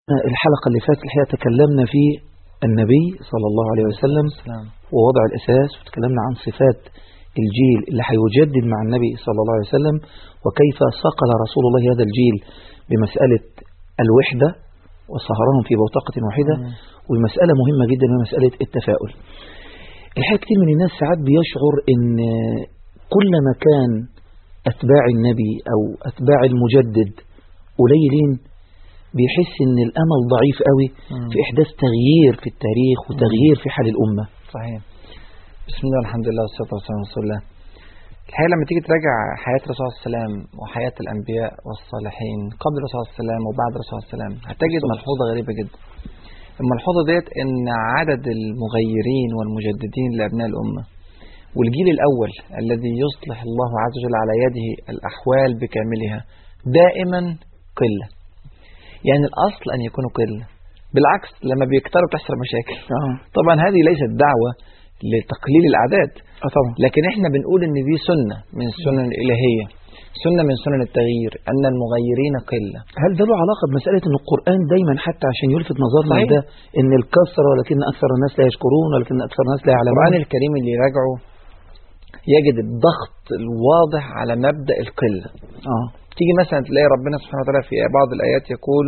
الحلقة اللي فاتت الحقيقة تكلمنا في النبي صلى الله عليه وسلم ووضع الأساس، وتكلمنا عن صفات الجيل اللي هيجدد مع النبي صلى الله عليه وسلم، وكيف صقل رسول الله هذا الجيل بمسألة الوحدة وصهرهم في بوتقة واحدة. ومسألة مهمة جدا هي مسألة التفاؤل. الحقيقة كتير من الناس ساعات بيشعر ان كلما كان أتباع النبي أو أتباع المجدد قليلين بيحس ان الأمل ضعيف قوي في إحداث تغيير في التاريخ وتغيير في حال الأمة. صحيح. بسم الله الحمد لله والصلاة والسلام على رسول الله. الحقيقة لما تيجي تراجع حياة الرسول صلى الله عليه وسلم وحياة الأنبياء والصالحين قبل الرسول صلى الله عليه وسلم وبعد الرسول صلى الله عليه وسلم هتجد ملحوظة غريبة جدا. الملحوظة ديت ان عدد المغيرين والمجددين لأبناء الأمة والجيل الأول الذي يصلح الله عز وجل على يده الأحوال بكاملها دائما قلة. يعني الأصل أن يكونوا قلة، بالعكس لما بيكتروا تحصل مشاكل. طبعا هذه ليست دعوة لتقليل الأعداد طبعا، لكن احنا بنقول ان دي سنة من السنن الإلهية، سنة من سنن التغيير، أن المغيرين قلة. هل ده له علاقة بمسألة ان القرآن دايما حتى عشان يلفت نظرنا ده ان الكسر ولكن أكثر الناس لا يشكرون ولكن أكثر الناس لا يعلمون؟ القرآن الكريم اللي يراجعه يجد الضغط الواضح على مبدأ القلة. تيجي مثلا تلاقي ربنا سبحانه وتعالى في بعض الآيات يقول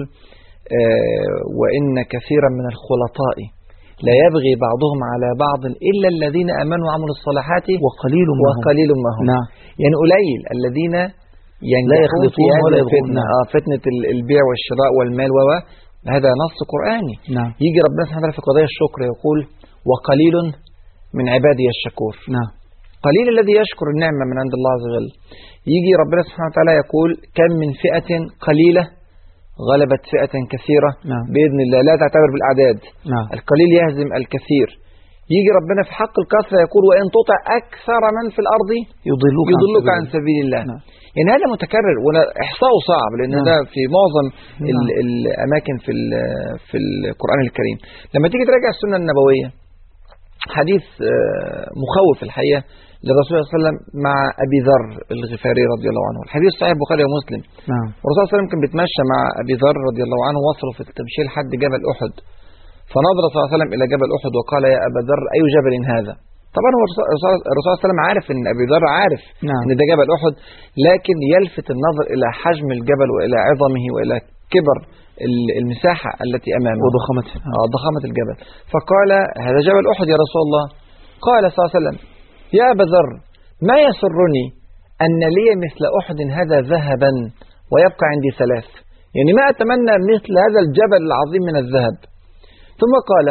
وإن كثيرا من الخلطاء لا يبغي بعضهم على بعض إلا الذين آمنوا وعملوا الصالحات وقليل ما هم. نعم. يعني قليل الذين لا يخلطون ولا يبغون. فتنة البيع والشراء والمال هذا نص قرآني. نعم. يجي ربنا سبحانه وتعالى في قضايا الشكر يقول وقليل من عبادي الشكور. نعم. قليل الذي يشكر النعمة من عند الله عز وجل. يجي ربنا سبحانه وتعالى يقول كم من فئة قليلة غلبت فئة كثيرة. نعم. بإذن الله لا تعتبر بالأعداد. نعم. القليل يهزم الكثير. يجي ربنا في حق الكثرة يقول وإن تطع أكثر من في الأرض يضلوك عن سبيل الله. نعم. يعني هذا متكرر وإحصاؤه صعب لأن ده في معظم الأماكن في القرآن الكريم. لما تيجي تراجع السنة النبوية حديث مخوف الحقيقة للرسول صلى الله عليه وسلم مع أبي ذر الغفاري رضي الله عنه. الحديث صحيح البخاري ومسلم. نعم. والرسول صلى الله عليه وسلم كان بيتمشى مع أبي ذر رضي الله عنه وصلوا في التمشي لحد جبل أحد، فنظر صلى الله عليه وسلم إلى جبل أحد وقال يا أبا ذر أي جبل هذا؟ طبعا هو الرسول صلى الله عليه وسلم عارف إن أبي ذر عارف. نعم. إن ده جبل أحد، لكن يلفت النظر إلى حجم الجبل وإلى عظمه وإلى كبر المساحة التي أمامه ضخامة الجبل. فقال هذا جبل أحد يا رسول الله. قال صلى الله عليه وسلم يا أبا ذر ما يسرني أن لي مثل أحد هذا ذهبا ويبقى عندي 3، يعني ما أتمنى مثل هذا الجبل العظيم من الذهب. ثم قال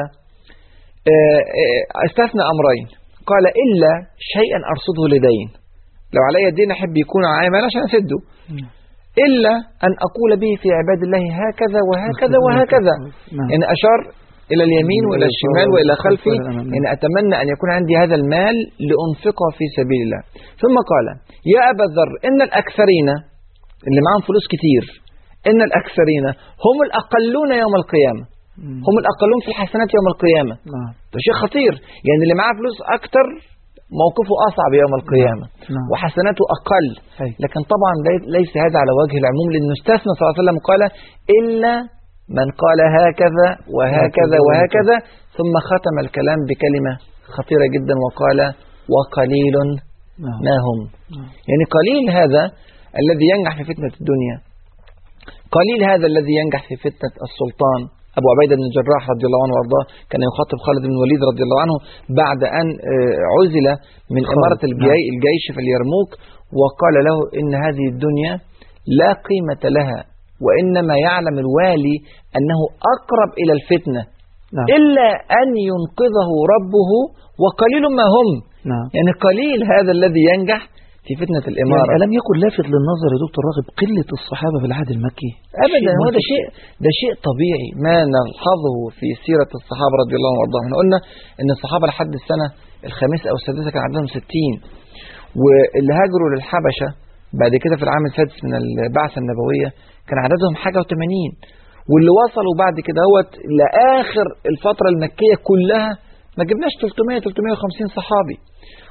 استثنى أمرين، قال إلا شيئا أرصده لدين، لو علي الدين أحب يكون عايما عشان أسده، إلا أن أقول به في عباد الله هكذا وهكذا وهكذا. يعني أشار إلى اليمين وإلى الشمال وإلى خلفي، يعني أتمنى أن يكون عندي هذا المال لأنفقه في سبيل الله. ثم قال يا أبا ذر إن الأكثرين اللي معهم فلوس كتير إن الأكثرين هم الأقلون يوم القيامة، هم الأقلون في الحسنات يوم القيامة. ده شيء خطير، يعني اللي معاه فلوس أكتر موقفه أصعب يوم القيامة. وحسناته أقل. لكن طبعا ليس هذا على وجه العموم، لأنه استثنى صلى الله عليه وسلم قال إلا من قال هكذا وهكذا وهكذا، ثم ختم الكلام بكلمة خطيرة جدا وقال وقليل ما هم. يعني قليل هذا الذي ينجح في فتنة الدنيا، قليل هذا الذي ينجح في فتنة السلطان. أبو عبيدة بن الجراح رضي الله عنه وارضاه كان يخاطب خالد بن الوليد رضي الله عنه بعد أن عزل من إمارة الجيش في اليرموك، وقال له إن هذه الدنيا لا قيمة لها، وإنما يعلم الوالي أنه أقرب إلى الفتنة إلا أن ينقذه ربه وقليل ما هم. يعني قليل هذا الذي ينجح في فتنة الإمارة. يعني ألم يكن لافت للنظر يا دكتور راغب قلة الصحابة في العهد المكي؟ أبدا، هو ده شيء طبيعي ما نلحظه في سيرة الصحابة رضي الله عنهم وارضاهم. قلنا إن الصحابة لحد السنة الخامسة أو السادسة كان عندهم 60، واللي هاجروا للحبشة بعد كده في العام السادس من البعثة النبوية كان عددهم حاجة و80، واللي وصلوا بعد كده هو لآخر الفترة المكية كلها ما جبناش 300-350 صحابي.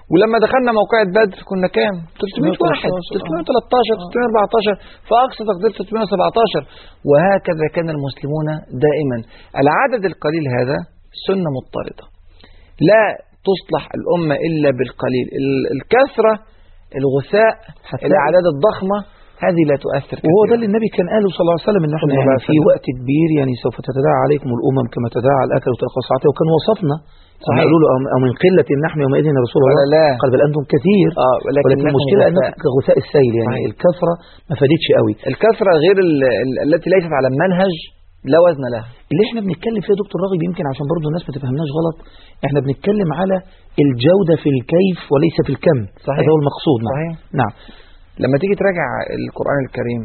ولما دخلنا موقعة بدر كنا كام؟ 300 واحد، 313 314، فأقصى تقدير 317. وهكذا كان المسلمون دائما. العدد القليل هذا سنة مضطردة، لا تصلح الأمة إلا بالقليل. الكثرة، الغثاء، الأعداد الضخمة هذه لا تؤثر كثيرا. وهو ده اللي النبي كان قاله صلى الله عليه وسلم، ان احنا يعني في وقت كبير يعني سوف تتداعى عليكم الامم كما تداعى الاكل وتلقى، وكان وصفنا قالوا له أو من قلة نحن يومئذ يا رسول الله، لا. قال بل أنتم كثير، ولكن المشكلة أنك كغثاء السيل، يعني صحيح. الكثرة ما فادتش قوي. الكثرة غير التي ليست على منهج لا وزن لها. اللي احنا بنتكلم فيه يا دكتور راغب، يمكن عشان برضو الناس ما تفهمناش غلط، احنا بنتكلم على الجودة في الكيف وليس في الكم. صحيح. هذا هو المقصود. صحيح. نعم. لما تيجي تراجع القرآن الكريم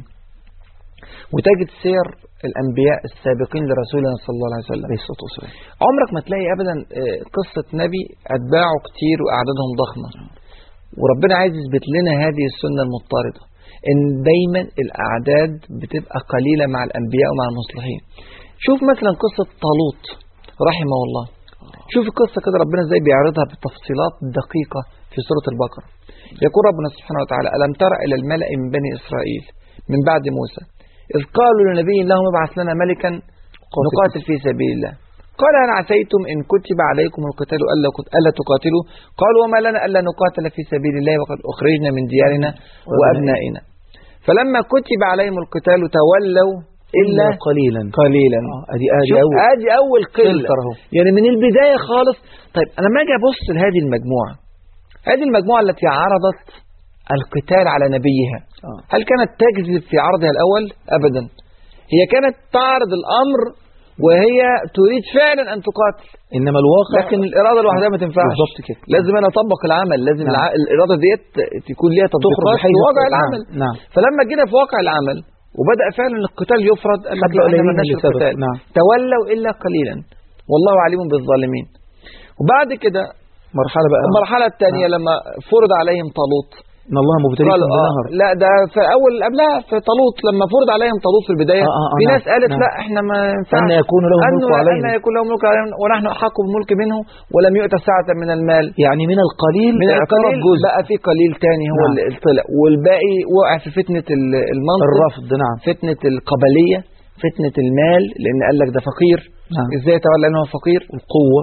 وتجد سير الأنبياء السابقين لرسولنا صلى الله عليه وسلم، عمرك ما تلاقي أبدا قصة نبي أتباعه كتير وأعدادهم ضخمة. وربنا عايز يثبت لنا هذه السنة المضطردة، إن دايما الأعداد بتبقى قليلة مع الأنبياء ومع المصلحين. شوف مثلا قصة طالوت رحمه الله، شوف القصة كده ربنا ازاي بيعرضها بتفصيلات دقيقة في سورة البقرة. يقول ربنا سبحانه وتعالى: ألم تر إلى الملأ من بني إسرائيل من بعد موسى إذ قالوا لنبي لهم ابعث لنا ملكا نقاتل في سبيل الله قال هل عسيتم إن كتب عليكم القتال ألا تقاتلوا قالوا وما لنا ألا نقاتل في سبيل الله وقد أخرجنا من ديارنا وأبنائنا فلما كتب عليهم القتال تولوا إلا قليلا. ادي أول قلة يعني من البداية خالص. طيب أنا ما أجي أبص لهذه المجموعة، هذه المجموعة التي عرضت القتال على نبيها، هل كانت تكذب في عرضها الأول؟ أبدا، هي كانت تعرض الأمر وهي تريد فعلا أن تقاتل، إنما الواقع لكن الإرادة لوحدها ما تنفعش. بالضبط كده. لازم أنا أطبق العمل، لازم الإرادة ديت تكون ليها تطبيقات في واقع العمل. فلما جينا في واقع العمل وبدأ فعلا القتال يفرض، قال لك احنا ما لناش القتال. تولوا إلا قليلا والله عليم بالظالمين. وبعد كده المرحلة الثانية لما فرض عليهم طالوت، إن الله مبتليكم بنهر. لا ده في أول قبلها في طالوت، لما فرض عليهم طالوت في البداية في ناس قالت لا احنا ما ينفعش أن يكون له ملك علينا، أن يكون له ملك علينا ونحن أحق بالملك منه ولم يؤت ساعة من المال. يعني من القليل بقى في قليل تاني هو اللي طلع، والباقي وقع في فتنة المنطق، الرفض، فتنة القبلية، فتنة المال، لأن قال لك ده فقير، ازاي تولى أنه فقير، القوة.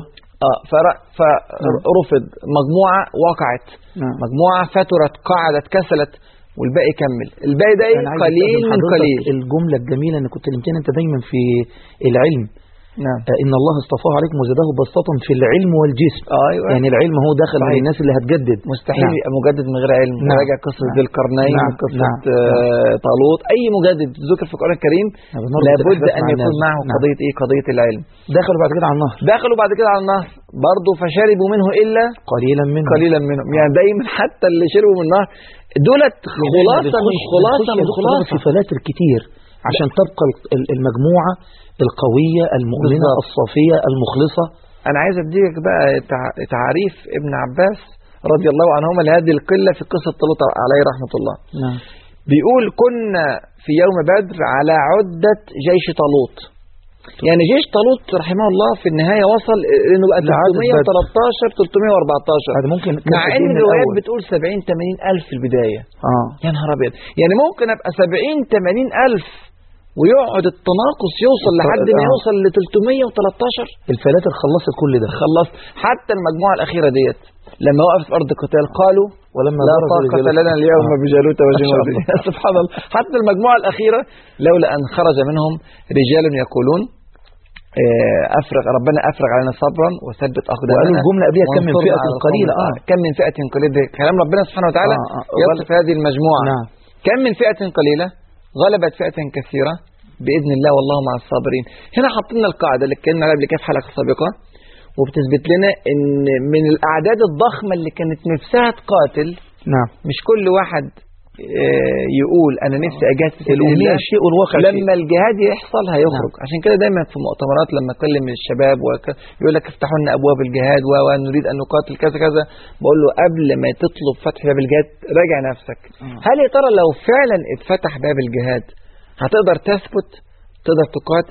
فرفض. مجموعة وقعت، مجموعة فترت قعدت كسلت، والباقي كمل. الباقي ده قليل من قليل. الجملة الجميلة اللي كنت لمتين انت دايما في العلم، إن الله اصطفاه عليكم وزاده بسطة في العلم والجسم. أيوة. يعني العلم هو داخل من الناس اللي هتجدد، مستحيل يبقى مجدد من غير علم. راجع قصة ذي القرنين، قصة طالوت، أي مجدد ذكر في القرآن الكريم لابد أن يكون معه قضية إيه؟ قضية العلم. دخلوا بعد كده على النهر، برضه فشربوا منه إلا قليلا منهم. يعني دايما حتى اللي شربوا من النهر دولت خلاصة من خلاصة في فلاتر كتير عشان تبقى المجموعة القوية المؤمنة الصافية المخلصة. أنا عايز أديك بقى تعريف ابن عباس رضي الله عنهما لهذه القلة في قصة طالوت عليه رحمة الله. بيقول كنا في يوم بدر على عدة جيش طالوت، يعني جيش طالوت رحمه الله في النهاية وصل إنه بقى 313 314. هذا ممكن مع إن الروايات بتقول 70-80 ألف في البداية. يا نهار أبيض، يعني ممكن أبقى 70-80 ألف ويقعد التناقص يوصل لحد ما يوصل ل 313. الفلاتر خلصت كل ده، حتى المجموعة الأخيرة ديت لما وقفت في أرض القتال قالوا لا طاقة لنا اليوم بجالوت وجنود. سبحان الله، حتى المجموعة الأخيرة لولا أن خرج منهم رجال يقولون ربنا أفرغ علينا صبرا وثبت أقدامنا. وقالوا الجملة قبلها كم من فئة قليلة. كم من فئة قليلة، كلام ربنا سبحانه وتعالى يصف هذه المجموعة. كم من فئة قليلة غلبت فئة كثيرة بإذن الله والله مع الصابرين. هنا حطينا القاعدة اللي اتكلمنا عليها قبل كده في حلقة سابقة، وبتثبت لنا إن من الأعداد الضخمة اللي كانت نفسها تقاتل، مش كل واحد يقول أنا نفسي أجاهد في سبيل الله، الشيء والواقع لما الجهاد يحصل هيخرج. عشان كده دايما في مؤتمرات لما أكلم الشباب يقول لك افتحوا لنا أبواب الجهاد ونريد أن نقاتل كذا كذا، بقول له قبل ما تطلب فتح باب الجهاد راجع نفسك. هل يا ترى لو فعلا اتفتح باب الجهاد هتقدر تثبت، تقدر تقاتل،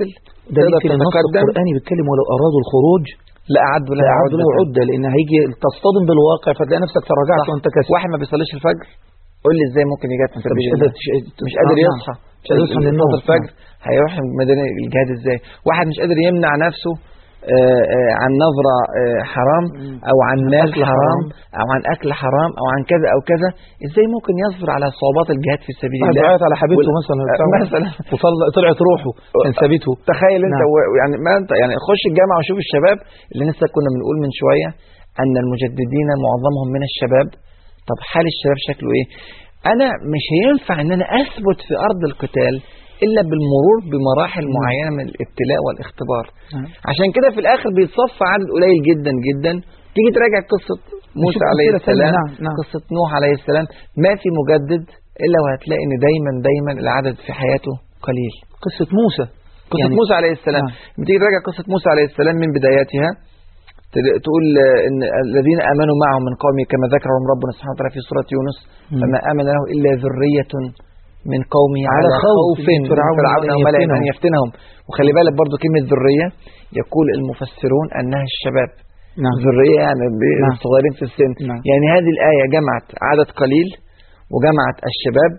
ده يمكن النص القرآني بيتكلم ولو أرادوا الخروج لا أعدوا له عدة، لأن هيجي تصطدم بالواقع فتلاقي نفسك تراجعت وأنت كسر. واحد ما بيصليش الفجر، قول لي إزاي ممكن يجي في سبيل الله؟ مش قادر يصحى، مش قادر يصحى من النوم الفجر، هيروح ميدان الجهاد إزاي؟ واحد مش قادر يمنع نفسه عن نظرة حرام أو عن مال حرام أو عن أكل حرام أو عن كذا أو كذا، إزاي ممكن يصبر على صعوبات الجهاد في سبيل الله؟ بعيط على حبيبته مثلا وطلعت روحه كان ثابته. تخيل أنت يعني ما أنت يعني خش الجامعة وشوف الشباب اللي لسه كنا بنقول من شوية أن المجددين معظمهم من الشباب. طب حال الشباب شكله إيه؟ أنا مش هينفع أن أنا أثبت في أرض القتال إلا بالمرور بمراحل معينة من الابتلاء والاختبار. عشان كده في الآخر بيتصفى عدد قليل جدا جدا. تيجي تراجع قصة موسى عليه السلام، قصة نوح عليه السلام، ما في مجدد إلا وهتلاقي إن دايما العدد في حياته قليل. قصة موسى يعني موسى عليه السلام بتيجي تراجع قصة موسى عليه السلام من بداياتها تقول إن الذين آمنوا معه من قومه كما ذكرهم ربنا سبحانه وتعالى في سورة يونس فما آمن له إلا ذرية من قومه على خوف من فرعون وملئه أن يفتنهم. وخلي بالك برضو كلمة ذرية يقول المفسرون أنها الشباب. ذرية يعني الصغيرين في السن. يعني هذه الآية جمعت عدد قليل وجمعت الشباب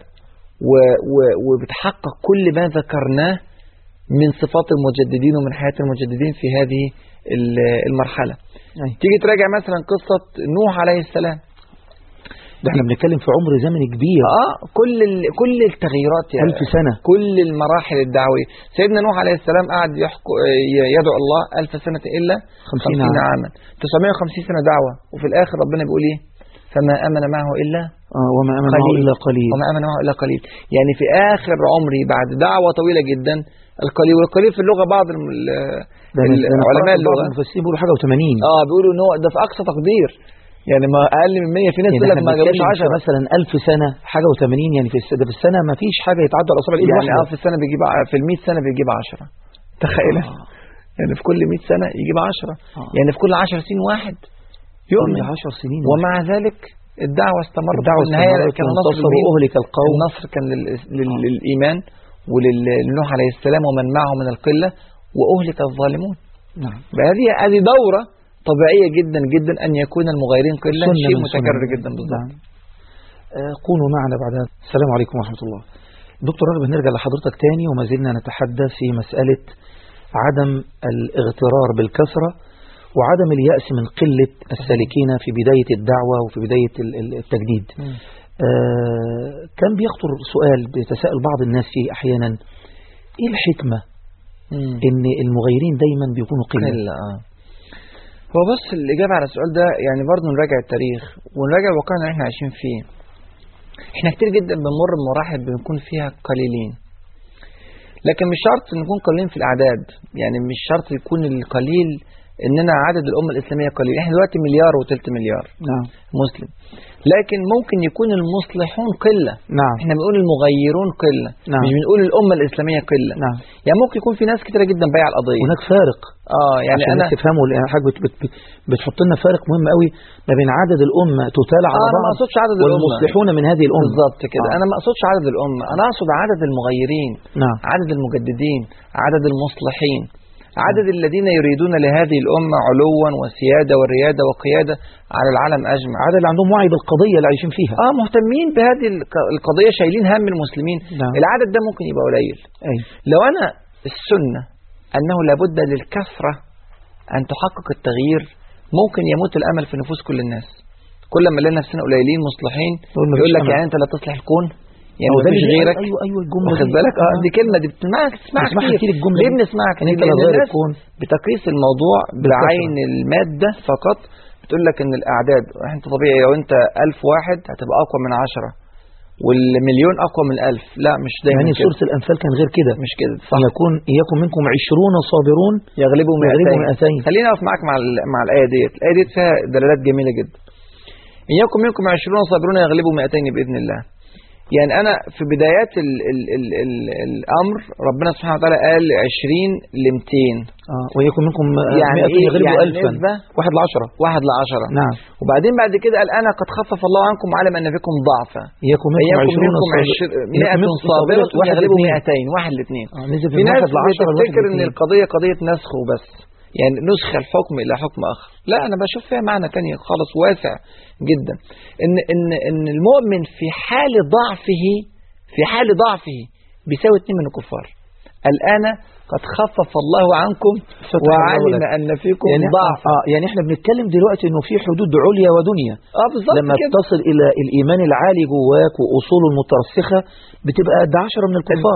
وبتحقق كل ما ذكرناه من صفات المجددين ومن حياة المجددين في هذه المرحلة. تيجي تراجع مثلا قصة نوح عليه السلام، ده احنا بنتكلم في عمر زمن كبير. كل التغييرات يعني 1000 سنة، كل المراحل الدعوية. سيدنا نوح عليه السلام قعد يدعو الله 1000 سنة إلا 50 عاما، 950 سنة دعوة، وفي الآخر ربنا بيقول إيه؟ فما آمن معه إلا وما آمن معه إلا قليل. وما آمن معه إلا قليل. يعني في آخر عمري بعد دعوة طويلة جدا القليل. والقليل في اللغة بعض العلماء اللغة المفسرين بيقولوا حاجة و80. بيقولوا إن هو ده في أقصى تقدير، يعني ما أقل من 100. في ناس تقول لك ما جابوش 10 مثلا 1000 سنة حاجة و80. يعني في السنة ما فيش حاجة يتعدى على أصابع الإيد يعني في السنة بيجيب في ال100 سنة بيجيب 10. تخيل يعني في كل 100 سنة يجيب 10. يعني في كل 10 سنين واحد يؤمن. 10 سنين ومع ذلك الدعوة استمرت. الدعوة استمرت كان النصر وأهلك القوم. النصر كان للإيمان ولنوح عليه السلام ومن معه من القلة وأهلك الظالمون. نعم. هذه دورة طبيعية جدا جدا أن يكون المغيرين قلة، شيء متكرر جدا بالضبط. كونوا معنا بعد. السلام عليكم ورحمة الله. دكتور راغب، نرجع لحضرتك تاني وما زلنا نتحدث في مسألة عدم الاغترار بالكثرة وعدم اليأس من قلة السالكين في بداية الدعوة وفي بداية التجديد. كان بيخطر سؤال بيتساءل بعض الناس فيه أحيانا، إيه الحكمة إن المغيرين دايما بيكونوا قلة؟ هو بص، الإجابة على السؤال ده يعني برضه نراجع التاريخ ونراجع الواقع اللي احنا عايشين فيه. احنا كتير جدا بنمر بمراحل بنكون فيها قليلين، لكن مش شرط نكون قليلين في الأعداد. يعني مش شرط يكون القليل إننا عدد الأمة الإسلامية قليل. احنا دلوقتي 1.3 مليار مسلم، لكن ممكن يكون المصلحون قلة. احنا بنقول المغيرون قلة، مش بنقول الأمة الإسلامية قلة. يعني ممكن يكون في ناس كتيرة جدا بايعة القضية. هناك فارق. يعني أنا تفهموا حاجة بتحط لنا فارق مهم قوي ما بين عدد الأمة تتالى على بعض. أنا ما أقصدش عدد والمصلحون من هذه الأمة. بالضبط كده. أنا ما أقصدش عدد الأمة، أنا أقصد عدد المغيرين. عدد المجددين، عدد المصلحين، عدد الذين يريدون لهذه الأمة علوا وسيادة وريادة وقيادة على العالم أجمع. عدد اللي عندهم وعي بالقضية اللي عايشين فيها. مهتمين بهذه القضية، شايلين هم المسلمين. العدد ده ممكن يبقى قليل. لو أنا السنة أنه لابد للكثرة أن تحقق التغيير، ممكن يموت الأمل في نفوس كل الناس. كل ما لنا نفسنا قليلين مصلحين يقول لك يعني أنت لا تصلح الكون، يعني ما فيش غيرك. ايوه الجمله واخد بالك. دي كلمه دي بتسمعها كتير الجمله. ليه بنسمعها كتير؟ انت لا غير الكون. بتقيس الموضوع بعين الماده فقط. بتقول لك ان الاعداد انت طبيعي لو انت 1000 واحد هتبقى اقوى من 10 والمليون اقوى من 1000. لا مش دايما يعني سورة الأنفال كان غير كده. مش كده صح. يكون منكم 20 صابرون يغلبوا 200. خلينا اقف معاك مع الايه ديت. الايه ديت فيها دلالات جميله جدا. ان يكن منكم 20 صابرون يغلبوا 200 باذن الله. يعني أنا في بدايات الأمر ربنا سبحانه وتعالى قال 20 ل 200. ويكن منكم يعني 100 إيه؟ يغلبوا يعني 1000 نسبة 1:10. 1:10. نعم. وبعدين بعد كده قال أنا قد خفف الله عنكم وعلم أن فيكم ضعفا يكن منكم 100 صابرة يغلبوا 200 1 ل2. نزل في من ناس 1:10 بتفتكر ان القضية قضية نسخ وبس، يعني نسخ الحكم الى حكم اخر. لا، انا بشوف فيها معنى تاني خالص واسع جدا، ان المؤمن في حال ضعفه بيساوي 2 من الكفار. الآن قد خفف الله عنكم وعلم أن فيكم يعني ضعف. يعني احنا بنتكلم دلوقتي انه في حدود عليا ودنيا. بالظبط لما كده. تصل الى الايمان العالي جواك واصوله المترسخة بتبقى ده 10 من الكفار.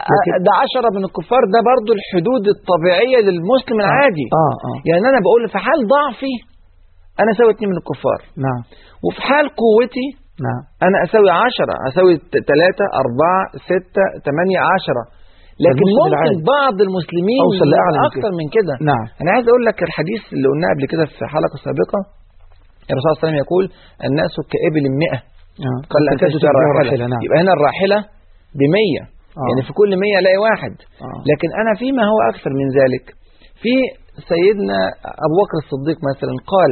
ده 10 من الكفار، ده برضو الحدود الطبيعية للمسلم العادي. يعني انا بقول في حال ضعفي انا اساوي 2 من الكفار. نعم. وفي حال قوتي نعم انا اساوي 10، اساوي 3 4 6 8 10. لكن ممكن بعض المسلمين أوصل أكثر من كده. نعم. أنا عايز أقول لك الحديث اللي قلناه قبل كده في حلقة سابقة، الرسول صلى الله عليه وسلم يقول الناس كإبل 100 قال أن تجد الراحلة. نعم. يبقى هنا الراحلة ب100 يعني في كل 100 الاقي واحد. لكن أنا فيما هو أكثر من ذلك، في سيدنا أبو بكر الصديق مثلا قال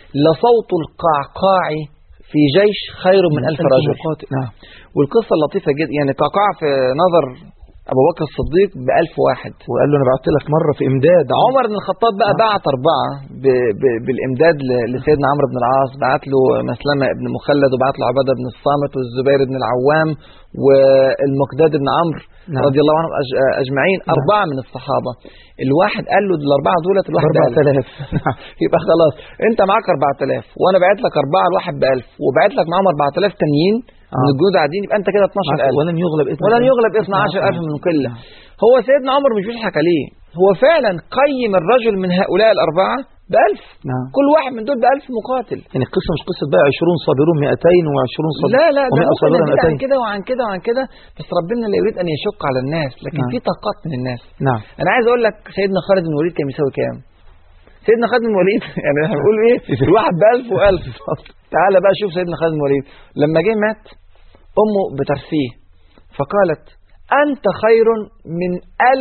لصوت القعقاع في جيش خير من 1000 رجل. نعم. والقصة اللطيفة جدا، يعني قعقاع في نظر أبو بكر الصديق ب1000 واحد، وقال له أنا بعت لك مرة في إمداد. عمر بن الخطاب بقى بعت 4 بالإمداد لسيدنا عمرو بن العاص، بعت له مسلمة بن مخلد، وبعت له عبادة بن الصامت والزبير بن العوام والمقداد بن عمرو رضي الله عنهم أجمعين. 4 من الصحابة. الواحد قال له ال4 دولت الواحد 4000 يبقى خلاص أنت معاك 4000 وأنا بعت لك 4 الواحد ب1000 وبعت لك معاهم 4000 تانيين من الجنود قاعدين، يبقى انت كده 12000 ولن يغلب 12000 من قله. هو سيدنا عمر مش بيضحك عليه، هو فعلا قيم الرجل من هؤلاء ال4 ب1000. نعم. كل واحد من دول ب1000 مقاتل. يعني القصه مش قصه بقى 20 صابرون 200 و20 صابرون. لا ده صابرون عن كده وعن كده وعن كده، بس ربنا لا يريد ان يشق على الناس، لكن في طاقات من الناس. نعم. انا عايز اقول لك سيدنا خالد بن الوليد كان بيساوي كام؟ سيدنا خالد بن الوليد يعني احنا بنقول ايه؟ الواحد ب1000 و1000. تعال بقى شوف سيدنا خالد بن الوليد لما جه مات أمه بترثيه فقالت أنت خير من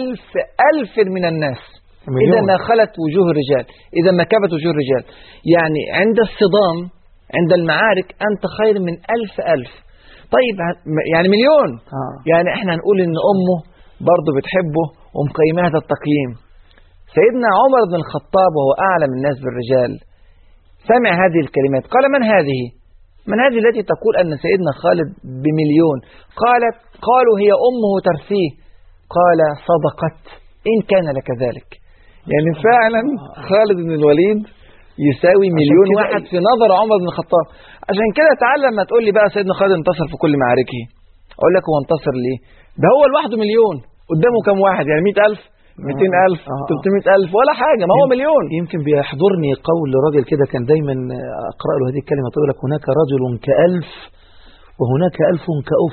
1000 من الناس إذا ما خلت وجوه الرجال، إذا ما كبت وجوه الرجال. يعني عند الصدام عند المعارك أنت خير من 1000. طيب يعني مليون. يعني احنا هنقول إن أمه برضه بتحبه ومقيمة هذا التقييم. سيدنا عمر بن الخطاب وهو أعلم الناس بالرجال سمع هذه الكلمات قال من هذه؟ من هذه التي تقول أن سيدنا خالد ب1,000,000؟ قالوا هي أمه ترثيه. قال صدقت إن كان لك ذلك. يعني فعلا خالد بن الوليد يساوي 1,000,000 واحد في نظر عمر بن الخطاب. عشان كده تعال لما تقول لي بقى سيدنا خالد انتصر في كل معاركه، أقول لك هو انتصر ليه؟ ده هو لوحده 1,000,000 قدامه كم واحد؟ يعني 100,000 200,000 300,000 ولا حاجة، ما هو 1,000,000. يمكن بيحضرني قول راجل كده كان دايما أقرأ له هذه الكلمة، تقول لك هناك رجل ك1000 وهناك 1000 كأف.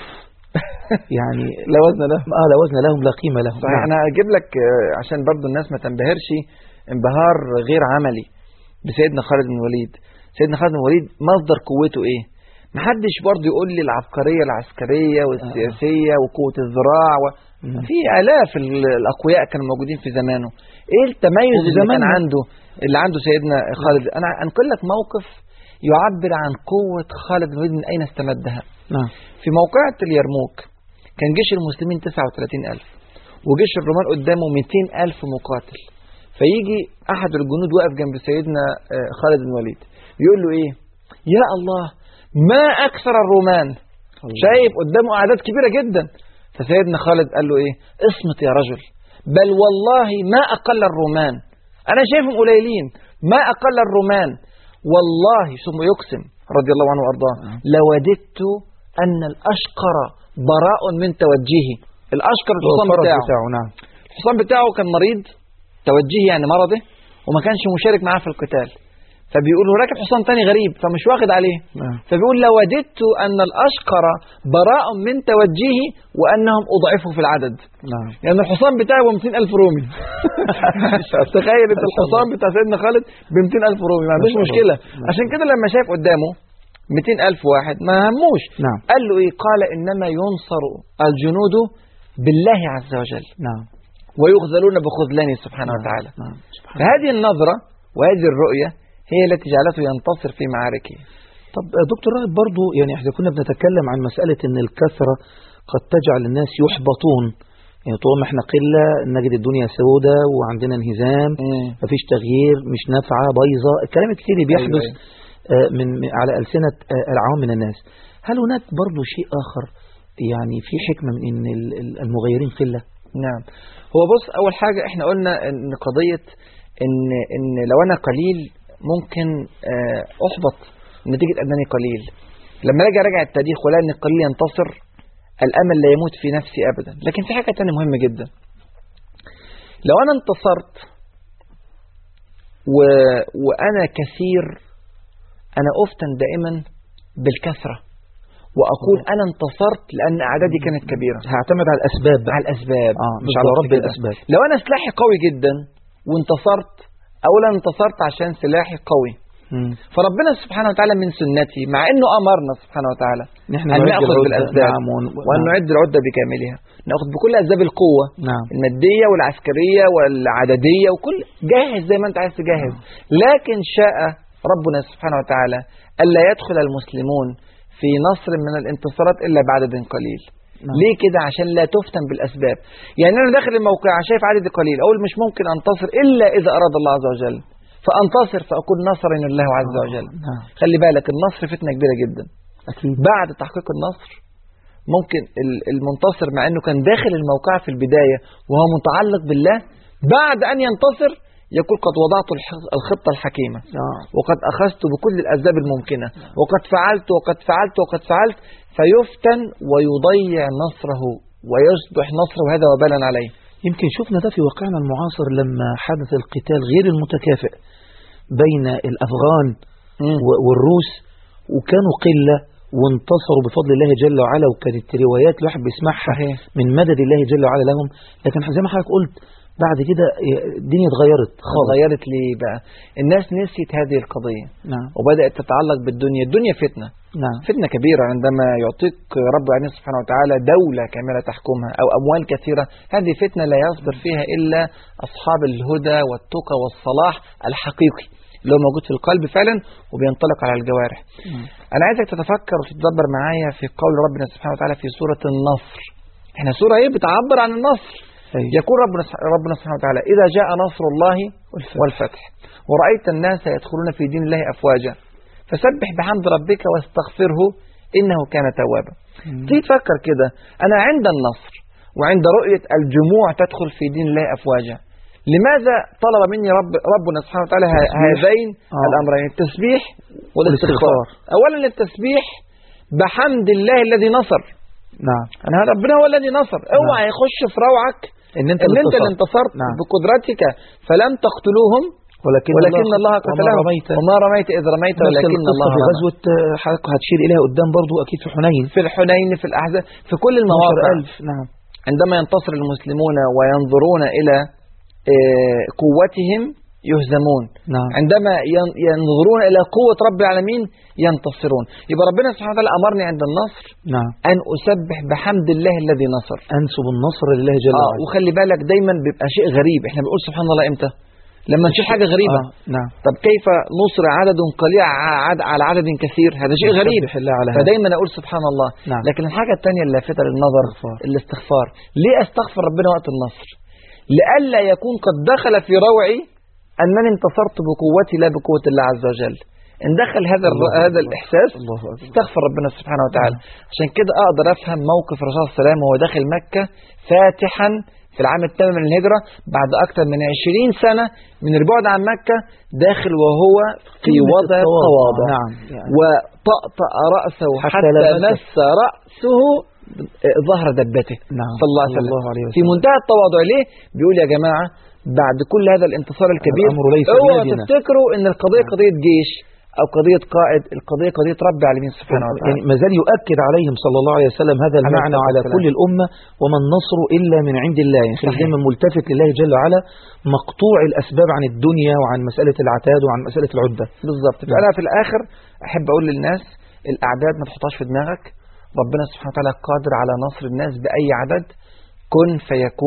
يعني لا وزن له. لا وزن لهم لا قيمة لهم. صحيح. أنا أجيب لك عشان برضو الناس ما تنبهرش انبهار غير عملي بسيدنا خالد بن الوليد. سيدنا خالد بن الوليد مصدر قوته إيه؟ محدش برضو يقول لي العبقرية العسكرية والسياسية وقوة الذراع في آلاف الأقوياء كانوا موجودين في زمانه. إيه التميز اللي كان عنده سيدنا خالد؟ أنا أنقل لك موقف يعبر عن قوة خالد بن الوليد من أين استمدها. في موقعة اليرموك كان جيش المسلمين 39,000 وجيش الرومان قدامه 200,000 مقاتل. فيجي أحد الجنود واقف جنب سيدنا خالد بن الوليد بيقول له إيه؟ يا الله ما أكثر الرومان. شايف قدامه أعداد كبيرة جدا. فسيدنا خالد قال له إيه؟ اصمت يا رجل، بل والله ما أقل الرومان، أنا شايفهم قليلين، ما أقل الرومان والله. ثم يقسم رضي الله عنه وأرضاه لوددت أن الأشقر براء من توجهه. الأشقر الحصان بتاعه. نعم. الحصان بتاعه كان مريض، توجهه يعني مرضه، وما كانش مشارك معاه في القتال. فبيقول له راكب حصان تاني غريب فمش واخد عليه. فبيقول لوددت أن الأشقر براء من توجهه وأنهم أضعفوا في العدد. يعني الحصان بتاعه ب200,000 رومي. تخيل انت الحصان بتاع سيدنا خالد ب200,000 رومي، ما عندوش مشكلة. عشان كده لما شاف قدامه 200,000 واحد ما هموش. قال له إيه؟ قال إنما ينصر الجنود بالله عز وجل. ويخذلون بخذلانه سبحانه وتعالى. فهذه النظرة وهذه الرؤية هي التي جعلته ينتصر في معاركه. طب دكتور راغب برضو يعني احنا كنا بنتكلم عن مسألة ان الكثرة قد تجعل الناس يحبطون، يعني طول ما احنا قلة نجد الدنيا سودة وعندنا انهزام، مفيش تغيير، مش نافعة، بايظة، الكلام الكتير اللي بيحدث من على ألسنة العوام من الناس. هل هناك برضو شيء آخر يعني في حكمة من ان المغيرين قلة؟ نعم. هو بص، أول حاجة احنا قلنا ان قضية ان لو انا قليل ممكن احبط نتيجة أنني قليل. لما أجي أراجع التاريخ ولا أن القليل ينتصر، الأمل لا يموت في نفسي أبدا. لكن في حاجة تانية مهمة جدا، لو أنا انتصرت وأنا كثير، أنا أفتن دائما بالكثرة وأقول أنا انتصرت لأن أعدادي كانت كبيرة. هعتمد على الأسباب بقى. على الأسباب مش على رب الأسباب. لو أنا سلاحي قوي جدا وانتصرت، أولا انتصرت عشان سلاحي قوي، فربنا سبحانه وتعالى من سنته مع أنه أمرنا سبحانه وتعالى أن نأخذ بالأسباب وأن نعد العدة بكاملها، نأخذ بكل أسباب القوة المادية والعسكرية والعددية وكل، جاهز زي ما أنت عايز تجهز. لكن شاء ربنا سبحانه وتعالى ألا يدخل المسلمون في نصر من الانتصارات إلا بعدد قليل. ليه كده؟ عشان لا تفتن بالأسباب. يعني أنا داخل الموقع شايف عدد قليل، أقول مش ممكن أنتصر إلا إذا أراد الله عز وجل، فأنتصر فأكون نصرا لله عز وجل. خلي بالك النصر فتنة كبيرة جدا. أكيد. بعد تحقيق النصر ممكن المنتصر مع أنه كان داخل الموقع في البداية وهو متعلق بالله، بعد أن ينتصر يقول قد وضعت الخطة الحكيمة وقد أخذت بكل الأسباب الممكنة وقد فعلت وقد فعلت وقد فعلت، فيفتن ويضيع نصره ويصبح نصره وهذا وبالا عليه. يمكن شفنا ده في واقعنا المعاصر لما حدث القتال غير المتكافئ بين الأفغان والروس، وكانوا قلة وانتصروا بفضل الله جل وعلا، وكانت روايات الواحد بيسمعها من مدد الله جل وعلا لهم. لكن زي ما حضرتك قلت بعد كده الدنيا اتغيرت خالص. اتغيرت ليه بقى؟ الناس نسيت هذه القضية. وبدأت تتعلق بالدنيا. الدنيا فتنة. فتنة كبيرة عندما يعطيك رب العالمين سبحانه وتعالى دولة كاملة تحكمها أو أموال كثيرة. هذه فتنة لا يصبر فيها إلا أصحاب الهدى والتقى والصلاح الحقيقي اللي هو موجود في القلب فعلا وبينطلق على الجوارح. أنا عايزك تتفكر وتتدبر معايا في قول ربنا سبحانه وتعالى في سورة النصر. احنا سورة ايه بتعبر عن النصر. يقول ربنا سبحانه وتعالى إذا جاء نصر الله والفتح ورأيت الناس يدخلون في دين الله أفواجا فسبح بحمد ربك واستغفره إنه كان توابا. تيجي تفكر كده، أنا عند النصر وعند رؤية الجموع تدخل في دين الله أفواجا، لماذا طلب مني ربنا سبحانه وتعالى هذين الأمرين، التسبيح والاستغفار؟ أولا التسبيح بحمد الله الذي نصر. أنا ربنا هو الذي نصر. اوعى يخش في روعك إن أنت اللي انتصرت بقدرتك، فلم تقتلوهم ولكن الله قتلهم وما رميت إذ رميت ولكن الله رمى. في غزوة حضرتك هتشير إليها قدام برضو أكيد في حنين في الأحزاب في كل المواقع. عندما ينتصر المسلمون وينظرون إلى قوتهم يهزمون. عندما ينظرون إلى قوة رب العالمين ينتصرون. يبقى ربنا سبحانه وتعالى أمرني عند النصر أن أسبح بحمد الله الذي نصر، أنسب النصر لله جل وعلا. وخلي بالك دايما بيبقى شيء غريب، احنا بنقول سبحان الله إمتى؟ لما نشوف حاجة غريبة. طب كيف نصر عدد قليل على عدد كثير؟ هذا شيء غريب، فدايما أقول سبحان الله. لكن الحاجة الثانية اللافتة للنظر الاستغفار. ليه أستغفر ربنا وقت النصر؟ لئلا يكون قد دخل في روعي أنني انتصرت بقوتي لا بقوة الله عز وجل. إن دخل هذا الإحساس استغفر ربنا سبحانه وتعالى. عشان كده أقدر أفهم موقف الرسول صلى الله عليه وسلم وهو داخل مكة فاتحا في العام الثامن من الهجرة بعد أكثر من 20 سنة من البعد عن مكة، داخل وهو في وضع التواضع وطأطأ رأسه حتى مس رأسه ظهر دبته صلى الله عليه وسلم في منتهى التواضع. ليه؟ بيقول يا جماعة بعد كل هذا الانتصار الكبير اوعوا تفتكروا ان القضية قضية جيش او قضية قائد، القضية قضية رب العالمين سبحانه وتعالى. يعني ما زال يؤكد عليهم صلى الله عليه وسلم هذا المعنى على كل الأمة، وما النصر إلا من عند الله. يعني دايما ملتفت لله جل وعلا، مقطوع الأسباب عن الدنيا وعن مسألة العتاد وعن مسألة العدة. بالضبط. فأنا في الآخر أحب أقول للناس الأعداد ما تحطهاش في دماغك. ربنا سبحانه وتعالى قادر على نصر الناس بأي عدد، كن فيكون.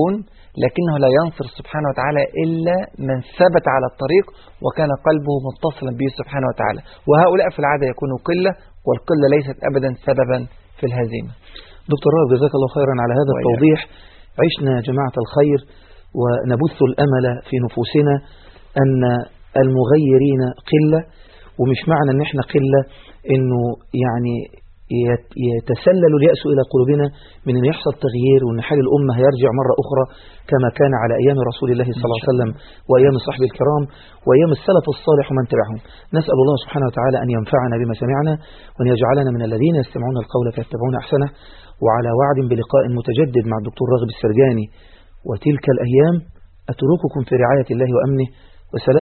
لكنه لا ينصر سبحانه وتعالى إلا من ثبت على الطريق وكان قلبه متصلا به سبحانه وتعالى، وهؤلاء في العادة يكونوا قلة، والقلة ليست أبدا سببا في الهزيمة. دكتور رائد جزاك الله خيرا على هذا التوضيح. عشنا جماعة الخير ونبث الأمل في نفوسنا أن المغيرين قلة، ومش معنى أن احنا قلة أنه يعني يتسلل اليأس إلى قلوبنا من أن يحصل تغيير، وأن حال الأمة هيرجع مرة أخرى كما كان على أيام رسول الله صلى الله عليه وسلم وأيام صحبه الكرام وأيام السلف الصالح ومن تبعهم. نسأل الله سبحانه وتعالى أن ينفعنا بما سمعنا وأن يجعلنا من الذين يستمعون القول فيتبعون أحسنه. وعلى وعد بلقاء متجدد مع الدكتور راغب السرجاني وتلك الأيام، أترككم في رعاية الله وأمنه.